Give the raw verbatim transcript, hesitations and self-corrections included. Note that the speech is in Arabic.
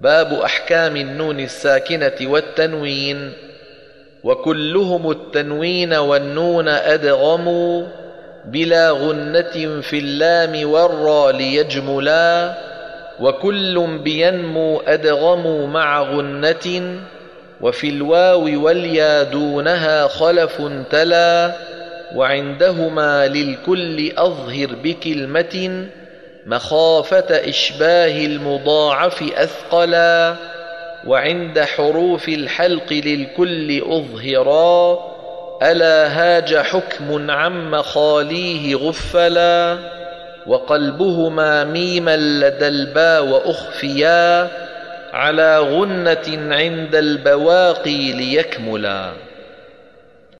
باب أحكام النون الساكنة والتنوين. وكلهم التنوين والنون أدغموا بلا غنة في اللام والرا ليجملا، وكل بينمو أدغموا مع غنة، وفي الواو واليا دونها خلف تلا، وعندهما للكل أظهر بكلمة مخافة إشباه المضاعف أثقلا، وعند حروف الحلق للكل أظهرا ألا هاج حكم عن مخاليه غفلا، وقلبهما ميما لدى البا وأخفيا على غنة عند البواقي ليكملا.